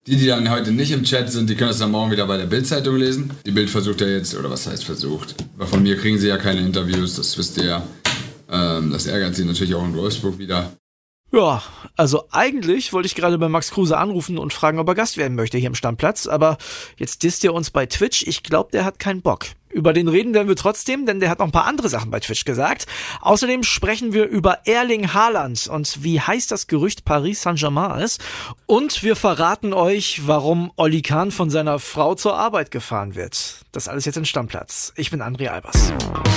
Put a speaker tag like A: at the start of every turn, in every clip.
A: Die dann heute nicht im Chat sind, die können das dann morgen wieder bei der Bild-Zeitung lesen. Die Bild versucht ja jetzt, oder was heißt versucht? Aber von mir kriegen sie ja keine Interviews, das wisst ihr ja. Das ärgert sie natürlich auch in Wolfsburg wieder.
B: Ja, also eigentlich wollte ich gerade bei Max Kruse anrufen und fragen, ob er Gast werden möchte hier im Stammplatz, aber jetzt disst er uns bei Twitch. Ich glaube, der hat keinen Bock. Über den reden werden wir trotzdem, denn der hat noch ein paar andere Sachen bei Twitch gesagt. Außerdem sprechen wir über Erling Haaland und wie heiß das Gerücht Paris Saint-Germain ist. Und wir verraten euch, warum Oli Kahn von seiner Frau zur Arbeit gefahren wird. Das alles jetzt in Stammplatz. Ich bin André Albers.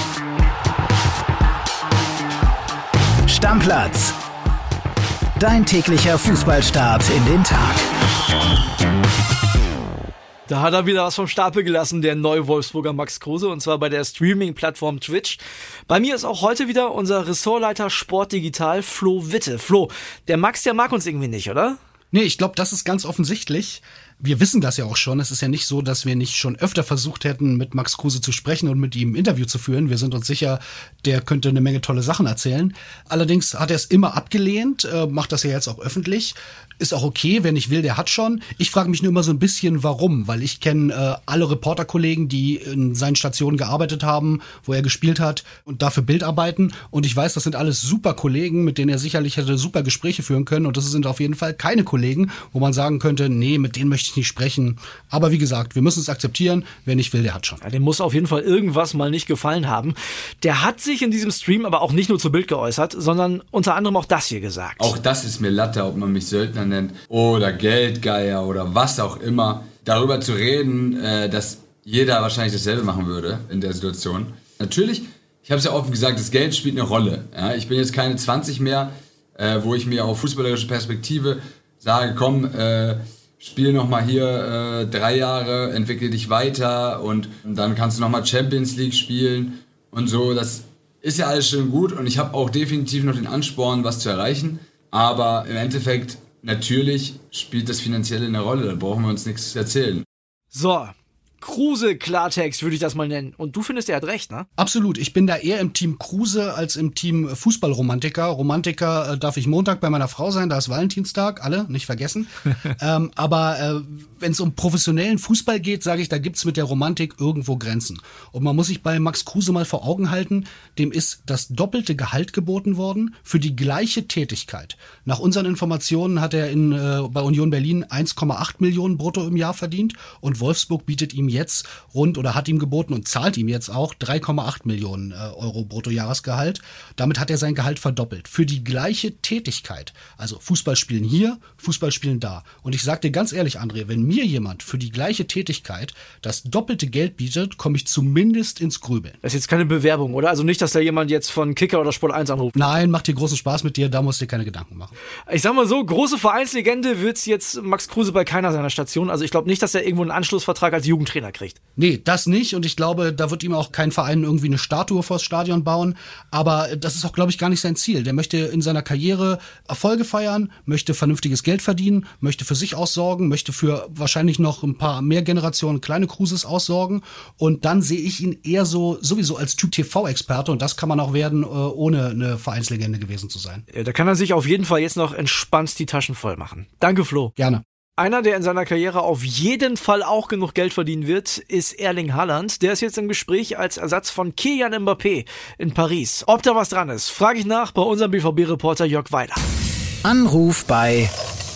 C: Stammplatz. Dein täglicher Fußballstart in den Tag.
B: Da hat er wieder was vom Stapel gelassen, der neue Wolfsburger Max Kruse, und zwar bei der Streaming-Plattform Twitch. Bei mir ist auch heute wieder unser Ressortleiter Sport Digital, Flo Witte. Flo, der Max, der mag uns irgendwie nicht, oder?
D: Nee, ich glaube, das ist ganz offensichtlich. Wir wissen das ja auch schon. Es ist ja nicht so, dass wir nicht schon öfter versucht hätten, mit Max Kruse zu sprechen und mit ihm ein Interview zu führen. Wir sind uns sicher, der könnte eine Menge tolle Sachen erzählen. Allerdings hat er es immer abgelehnt, macht das ja jetzt auch öffentlich. Ist auch okay, wer nicht will, der hat schon. Ich frage mich nur immer so ein bisschen, warum. Weil ich kenne alle Reporterkollegen, die in seinen Stationen gearbeitet haben, wo er gespielt hat und dafür Bild arbeiten. Und ich weiß, das sind alles super Kollegen, mit denen er sicherlich hätte super Gespräche führen können. Und das sind auf jeden Fall keine Kollegen, wo man sagen könnte, nee, mit denen möchte ich nicht sprechen. Aber wie gesagt, wir müssen es akzeptieren. Wer nicht will, der hat schon.
B: Ja, dem muss auf jeden Fall irgendwas mal nicht gefallen haben. Der hat sich in diesem Stream aber auch nicht nur zu Bild geäußert, sondern unter anderem auch das hier gesagt.
A: Auch das ist mir Latte, ob man mich Söldner nennt oder Geldgeier oder was auch immer. Darüber zu reden, dass jeder wahrscheinlich dasselbe machen würde in der Situation. Natürlich, ich habe es ja offen gesagt, das Geld spielt eine Rolle. Ja, ich bin jetzt keine 20 mehr, wo ich mir auf fußballerische Perspektive sage, komm, spiel nochmal hier 3 Jahre, entwickle dich weiter und dann kannst du nochmal Champions League spielen und so. Das ist ja alles schön gut und ich habe auch definitiv noch den Ansporn, was zu erreichen. Aber im Endeffekt, natürlich spielt das Finanzielle eine Rolle, da brauchen wir uns nichts erzählen.
B: So, Kruse Klartext würde ich das mal nennen. Und du findest, er hat recht, ne?
D: Absolut. Ich bin da eher im Team Kruse als im Team Fußballromantiker. Romantiker darf ich Montag bei meiner Frau sein, da ist Valentinstag, alle, nicht vergessen. Aber wenn es um professionellen Fußball geht, sage ich, da gibt's mit der Romantik irgendwo Grenzen. Und man muss sich bei Max Kruse mal vor Augen halten, dem ist das doppelte Gehalt geboten worden für die gleiche Tätigkeit. Nach unseren Informationen hat er bei Union Berlin 1,8 Millionen brutto im Jahr verdient und Wolfsburg bietet ihm jetzt hat ihm geboten und zahlt ihm jetzt auch 3,8 Millionen Euro Bruttojahresgehalt. Damit hat er sein Gehalt verdoppelt. Für die gleiche Tätigkeit. Also Fußball spielen hier, Fußball spielen da. Und ich sag dir ganz ehrlich, André, wenn mir jemand für die gleiche Tätigkeit das doppelte Geld bietet, komme ich zumindest ins Grübeln.
B: Das ist jetzt keine Bewerbung, oder? Also nicht, dass da jemand jetzt von Kicker oder Sport 1 anruft.
D: Nein, macht dir großen Spaß mit dir, da musst du dir keine Gedanken machen.
B: Ich sag mal so, große Vereinslegende wird's jetzt Max Kruse bei keiner seiner Stationen. Also ich glaube nicht, dass er irgendwo einen Anschlussvertrag als Jugendtrainer kriegt.
D: Nee, das nicht. Und ich glaube, da wird ihm auch kein Verein irgendwie eine Statue vors Stadion bauen. Aber das ist auch, glaube ich, gar nicht sein Ziel. Der möchte in seiner Karriere Erfolge feiern, möchte vernünftiges Geld verdienen, möchte für sich aussorgen, möchte für wahrscheinlich noch ein paar mehr Generationen kleine Kruses aussorgen. Und dann sehe ich ihn eher sowieso als Typ TV-Experte. Und das kann man auch werden, ohne eine Vereinslegende gewesen zu sein.
B: Ja, da kann er sich auf jeden Fall jetzt noch entspannt die Taschen voll machen. Danke, Flo.
D: Gerne.
B: Einer, der in seiner Karriere auf jeden Fall auch genug Geld verdienen wird, ist Erling Haaland. Der ist jetzt im Gespräch als Ersatz von Kylian Mbappé in Paris. Ob da was dran ist, frage ich nach bei unserem BVB-Reporter Jörg Weiler.
C: Anruf bei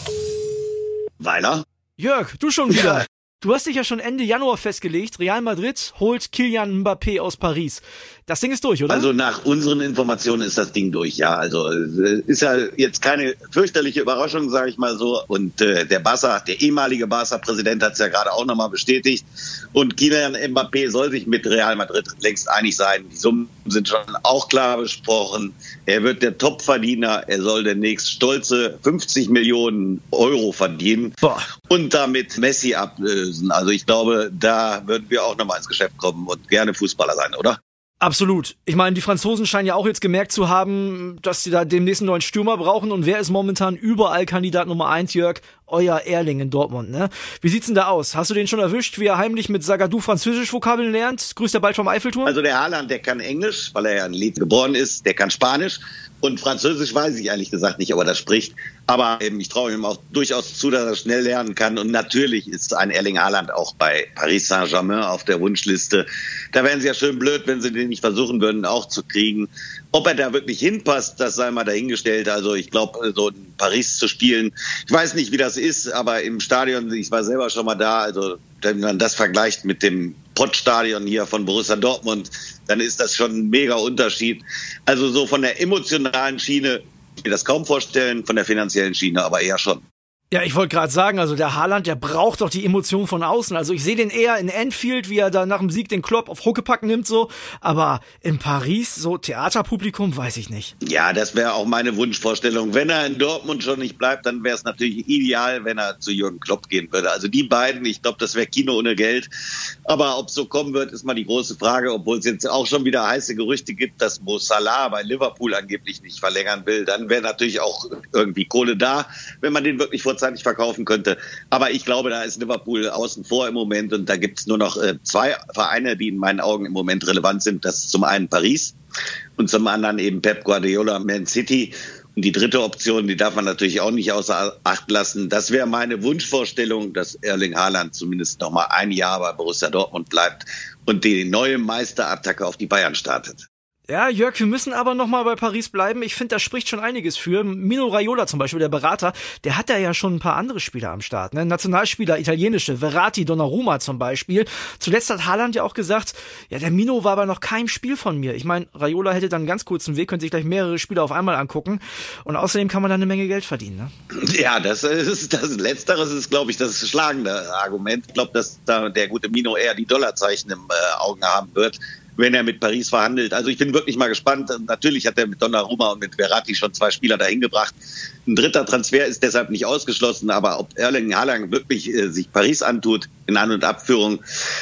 E: Weiler?
B: Jörg, du schon wieder.
E: Ja.
B: Du hast dich ja schon Ende Januar festgelegt, Real Madrid holt Kylian Mbappé aus Paris. Das Ding ist durch, oder?
E: Also nach unseren Informationen ist das Ding durch, ja. Also ist ja jetzt keine fürchterliche Überraschung, sage ich mal so. Und der ehemalige Barca-Präsident hat es ja gerade auch nochmal bestätigt. Und Kylian Mbappé soll sich mit Real Madrid längst einig sein. Die Summen sind schon auch klar besprochen. Er wird der Topverdiener. Er soll demnächst stolze 50 Millionen Euro verdienen.
B: Boah.
E: Und damit Messi ablösen. Also ich glaube, da würden wir auch nochmal ins Geschäft kommen und gerne Fußballer sein, oder?
B: Absolut. Ich meine, die Franzosen scheinen ja auch jetzt gemerkt zu haben, dass sie da demnächst einen neuen Stürmer brauchen. Und wer ist momentan überall Kandidat Nummer 1, Jörg? euer Erling in Dortmund, ne? Wie sieht's denn da aus? Hast du den schon erwischt, wie er heimlich mit Zagadou Französisch-Vokabeln lernt? Grüßt er bald vom Eiffelturm?
E: Also der Haaland, der kann Englisch, weil er ja in Leeds geboren ist, der kann Spanisch. Und Französisch weiß ich ehrlich gesagt nicht, ob er das spricht. Aber ich traue ihm auch durchaus zu, dass er schnell lernen kann. Und natürlich ist ein Erling Haaland auch bei Paris Saint-Germain auf der Wunschliste. Da wären sie ja schön blöd, wenn sie den nicht versuchen würden, auch zu kriegen. Ob er da wirklich hinpasst, das sei mal dahingestellt. Also ich glaube, so in Paris zu spielen, ich weiß nicht, wie das ist, aber im Stadion, ich war selber schon mal da, also wenn man das vergleicht mit dem Pottstadion hier von Borussia Dortmund, dann ist das schon ein mega Unterschied. Also so von der emotionalen Schiene, ich mir das kaum vorstellen, von der finanziellen Schiene aber eher schon.
B: Ja, ich wollte gerade sagen, also der Haaland, der braucht doch die Emotion von außen. Also ich sehe den eher in Anfield, wie er da nach dem Sieg den Klopp auf Huckepack nimmt, so. Aber in Paris, so Theaterpublikum, weiß ich nicht.
E: Ja, das wäre auch meine Wunschvorstellung. Wenn er in Dortmund schon nicht bleibt, dann wäre es natürlich ideal, wenn er zu Jürgen Klopp gehen würde. Also die beiden, ich glaube, das wäre Kino ohne Geld. Aber ob es so kommen wird, ist mal die große Frage. Obwohl es jetzt auch schon wieder heiße Gerüchte gibt, dass Mo Salah bei Liverpool angeblich nicht verlängern will. Dann wäre natürlich auch irgendwie Kohle da, wenn man den wirklich vorzeitig verkaufen könnte. Aber ich glaube, da ist Liverpool außen vor im Moment und da gibt es nur noch zwei Vereine, die in meinen Augen im Moment relevant sind. Das ist zum einen Paris und zum anderen eben Pep Guardiola, Man City. Und die dritte Option, die darf man natürlich auch nicht außer Acht lassen. Das wäre meine Wunschvorstellung, dass Erling Haaland zumindest noch mal ein Jahr bei Borussia Dortmund bleibt und die neue Meisterattacke auf die Bayern startet.
B: Ja, Jörg, wir müssen aber noch mal bei Paris bleiben. Ich finde, da spricht schon einiges für. Mino Raiola zum Beispiel, der Berater, der hat da ja schon ein paar andere Spieler am Start, ne? Nationalspieler, italienische, Verratti, Donnarumma zum Beispiel. Zuletzt hat Haaland ja auch gesagt, ja, der Mino war aber noch kein Spiel von mir. Ich meine, Raiola hätte dann einen ganz kurzen Weg, könnte sich gleich mehrere Spieler auf einmal angucken. Und außerdem kann man dann eine Menge Geld verdienen, ne?
E: Ja, das Letzteres ist, glaube ich, das schlagende Argument. Ich glaube, dass da der gute Mino eher die Dollarzeichen im Auge haben wird, wenn er mit Paris verhandelt. Also ich bin wirklich mal gespannt. Natürlich hat er mit Donnarumma und mit Verratti schon zwei Spieler dahin gebracht. Ein dritter Transfer ist deshalb nicht ausgeschlossen. Aber ob Erling Haaland wirklich sich Paris antut in An- und Abführung,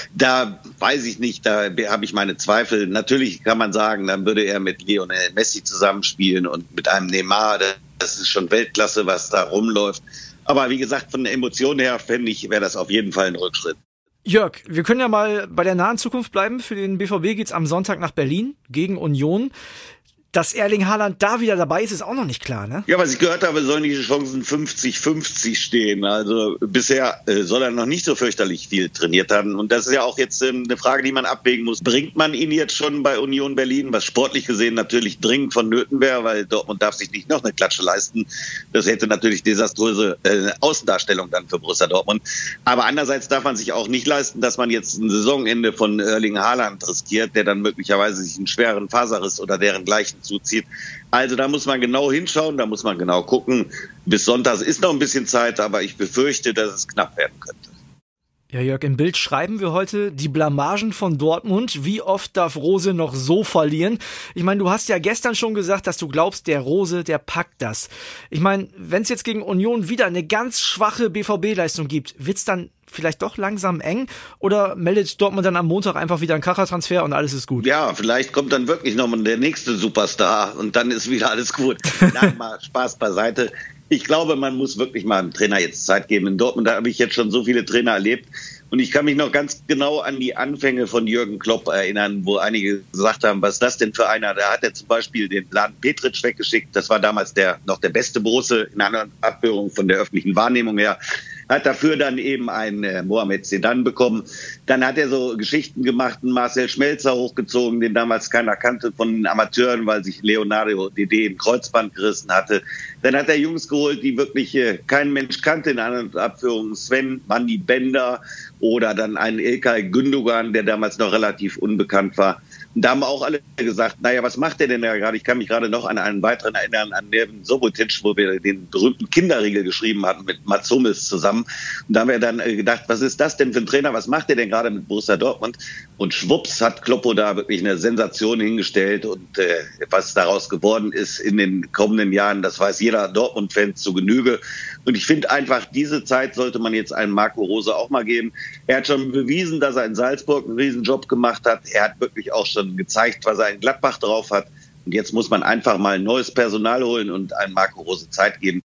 E: da weiß ich nicht. Da habe ich meine Zweifel. Natürlich kann man sagen, dann würde er mit Lionel Messi zusammenspielen und mit einem Neymar. Das ist schon Weltklasse, was da rumläuft. Aber wie gesagt, von der Emotion her fände ich, wäre das auf jeden Fall ein Rückschritt.
B: Jörg, wir können ja mal bei der nahen Zukunft bleiben. Für den BVB geht's am Sonntag nach Berlin gegen Union. Dass Erling Haaland da wieder dabei ist, ist auch noch nicht klar, ne?
E: Ja, was ich gehört habe, sollen die Chancen 50-50 stehen. Also bisher soll er noch nicht so fürchterlich viel trainiert haben. Und das ist ja auch jetzt eine Frage, die man abwägen muss. Bringt man ihn jetzt schon bei Union Berlin, was sportlich gesehen natürlich dringend vonnöten wäre, weil Dortmund darf sich nicht noch eine Klatsche leisten. Das hätte natürlich desaströse Außendarstellung dann für Borussia Dortmund. Aber andererseits darf man sich auch nicht leisten, dass man jetzt ein Saisonende von Erling Haaland riskiert, der dann möglicherweise sich einen schweren Faserriss oder deren gleichen zuzieht. Also da muss man genau hinschauen, da muss man genau gucken. Bis Sonntag ist noch ein bisschen Zeit, aber ich befürchte, dass es knapp werden könnte.
B: Ja, Jörg, im Bild schreiben wir heute die Blamagen von Dortmund. Wie oft darf Rose noch so verlieren? Ich meine, du hast ja gestern schon gesagt, dass du glaubst, der Rose, der packt das. Ich meine, wenn es jetzt gegen Union wieder eine ganz schwache BVB-Leistung gibt, wird's dann vielleicht doch langsam eng? Oder meldet Dortmund dann am Montag einfach wieder einen Krachertransfer und alles ist gut?
E: Ja, vielleicht kommt dann wirklich nochmal der nächste Superstar und dann ist wieder alles gut. Nein, mal Spaß beiseite. Ich glaube, man muss wirklich mal einem Trainer jetzt Zeit geben. In Dortmund, da habe ich jetzt schon so viele Trainer erlebt. Und ich kann mich noch ganz genau an die Anfänge von Jürgen Klopp erinnern, wo einige gesagt haben, was ist das denn für einer? Da hat er zum Beispiel den Mladen Petric weggeschickt. Das war damals noch der beste Borusse in einer Abhörung von der öffentlichen Wahrnehmung her. Hat dafür dann eben einen Mohamed Sedan bekommen. Dann hat er so Geschichten gemacht, einen Marcel Schmelzer hochgezogen, den damals keiner kannte von den Amateuren, weil sich Leonardo Dede im Kreuzband gerissen hatte. Dann hat er Jungs geholt, die wirklich kein Mensch kannte in einer Abführung. Sven Manni Bender oder dann einen Ilkay Gündogan, der damals noch relativ unbekannt war. Und da haben auch alle gesagt, naja, was macht der denn da gerade? Ich kann mich gerade noch an einen weiteren erinnern, an Neven Subotic, wo wir den berühmten Kinderriegel geschrieben hatten mit Mats Hummels zusammen. Und da haben wir dann gedacht, was ist das denn für ein Trainer? Was macht der denn gerade mit Borussia Dortmund? Und schwupps hat Kloppo da wirklich eine Sensation hingestellt. Und was daraus geworden ist in den kommenden Jahren, das weiß jeder Dortmund-Fan zu Genüge. Und ich finde einfach, diese Zeit sollte man jetzt einem Marco Rose auch mal geben. Er hat schon bewiesen, dass er in Salzburg einen Riesenjob gemacht hat. Er hat wirklich auch schon gezeigt, was er in Gladbach drauf hat. Und jetzt muss man einfach mal neues Personal holen und einem Marco Rose Zeit geben.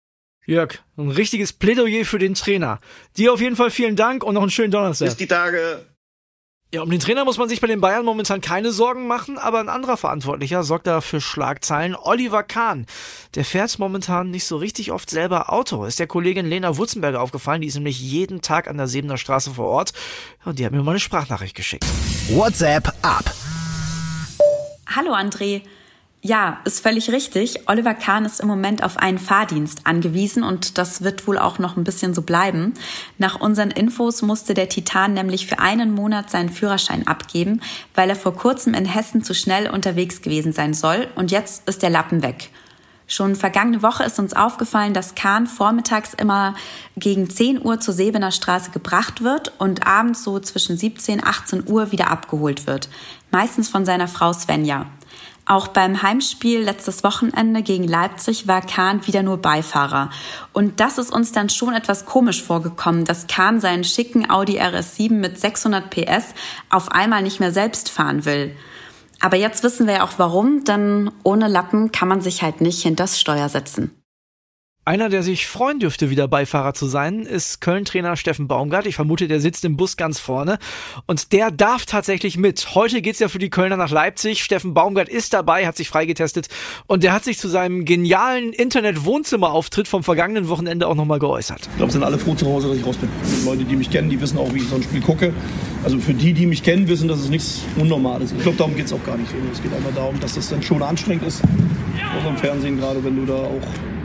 B: Jörg, ein richtiges Plädoyer für den Trainer. Dir auf jeden Fall vielen Dank und noch einen schönen Donnerstag.
E: Bis die Tage.
B: Ja, um den Trainer muss man sich bei den Bayern momentan keine Sorgen machen, aber ein anderer Verantwortlicher sorgt da für Schlagzeilen. Oliver Kahn, der fährt momentan nicht so richtig oft selber Auto. Ist der Kollegin Lena Wutzenberger aufgefallen, die ist nämlich jeden Tag an der Sebener Straße vor Ort. Und die hat mir mal eine Sprachnachricht geschickt.
C: WhatsApp ab.
F: Hallo André. Ja, ist völlig richtig. Oliver Kahn ist im Moment auf einen Fahrdienst angewiesen und das wird wohl auch noch ein bisschen so bleiben. Nach unseren Infos musste der Titan nämlich für einen Monat seinen Führerschein abgeben, weil er vor kurzem in Hessen zu schnell unterwegs gewesen sein soll und jetzt ist der Lappen weg. Schon vergangene Woche ist uns aufgefallen, dass Kahn vormittags immer gegen 10 Uhr zur Sebener Straße gebracht wird und abends so zwischen 17 und 18 Uhr wieder abgeholt wird. Meistens von seiner Frau Svenja. Auch beim Heimspiel letztes Wochenende gegen Leipzig war Kahn wieder nur Beifahrer. Und das ist uns dann schon etwas komisch vorgekommen, dass Kahn seinen schicken Audi RS7 mit 600 PS auf einmal nicht mehr selbst fahren will. Aber jetzt wissen wir ja auch warum, denn ohne Lappen kann man sich halt nicht hinters Steuer setzen.
B: Einer, der sich freuen dürfte, wieder Beifahrer zu sein, ist Köln-Trainer Steffen Baumgart. Ich vermute, der sitzt im Bus ganz vorne. Und der darf tatsächlich mit. Heute geht's ja für die Kölner nach Leipzig. Steffen Baumgart ist dabei, hat sich freigetestet. Und der hat sich zu seinem genialen Internet-Wohnzimmerauftritt vom vergangenen Wochenende auch nochmal geäußert.
G: Ich glaube, sind alle froh zu Hause, dass ich raus bin. Leute, die mich kennen, die wissen auch, wie ich so ein Spiel gucke. Also für die mich kennen, wissen, dass es nichts Unnormales ist. Ich glaube, darum geht's auch gar nicht. Es geht einfach darum, dass das dann schon anstrengend ist. Auch im Fernsehen, gerade wenn du da auch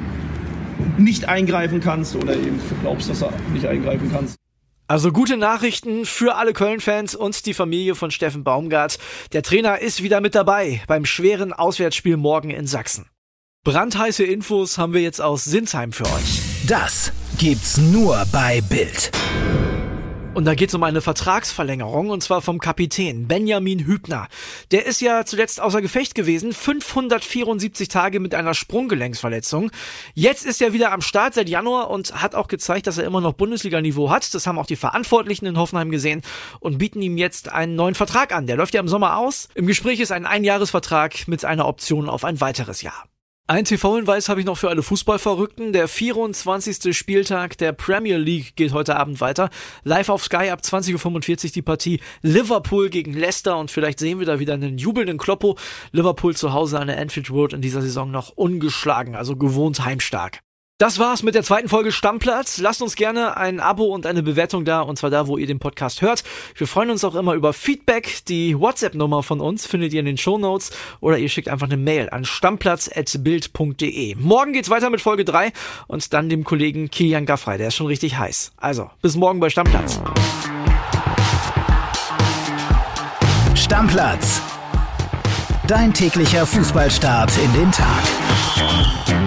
G: nicht eingreifen kannst oder eben glaubst, dass du nicht eingreifen kannst.
B: Also gute Nachrichten für alle Köln-Fans und die Familie von Steffen Baumgart. Der Trainer ist wieder mit dabei beim schweren Auswärtsspiel morgen in Sachsen. Brandheiße Infos haben wir jetzt aus Sinsheim für euch.
C: Das gibt's nur bei Bild.
B: Und da geht es um eine Vertragsverlängerung, und zwar vom Kapitän Benjamin Hübner. Der ist ja zuletzt außer Gefecht gewesen, 574 Tage mit einer Sprunggelenksverletzung. Jetzt ist er wieder am Start seit Januar und hat auch gezeigt, dass er immer noch Bundesliga-Niveau hat. Das haben auch die Verantwortlichen in Hoffenheim gesehen und bieten ihm jetzt einen neuen Vertrag an. Der läuft ja im Sommer aus. Im Gespräch ist ein Einjahresvertrag mit einer Option auf ein weiteres Jahr. Ein TV-Hinweis habe ich noch für alle Fußballverrückten. Der 24. Spieltag der Premier League geht heute Abend weiter. Live auf Sky ab 20.45 Uhr die Partie Liverpool gegen Leicester und vielleicht sehen wir da wieder einen jubelnden Kloppo. Liverpool zu Hause an der Anfield Road in dieser Saison noch ungeschlagen, also gewohnt heimstark. Das war's mit der zweiten Folge Stammplatz. Lasst uns gerne ein Abo und eine Bewertung da, und zwar da, wo ihr den Podcast hört. Wir freuen uns auch immer über Feedback. Die WhatsApp-Nummer von uns findet ihr in den Shownotes oder ihr schickt einfach eine Mail an stammplatz@bild.de. Morgen geht's weiter mit Folge 3 und dann dem Kollegen Kilian Gaffrey. Der ist schon richtig heiß. Also, bis morgen bei Stammplatz.
C: Stammplatz. Dein täglicher Fußballstart in den Tag.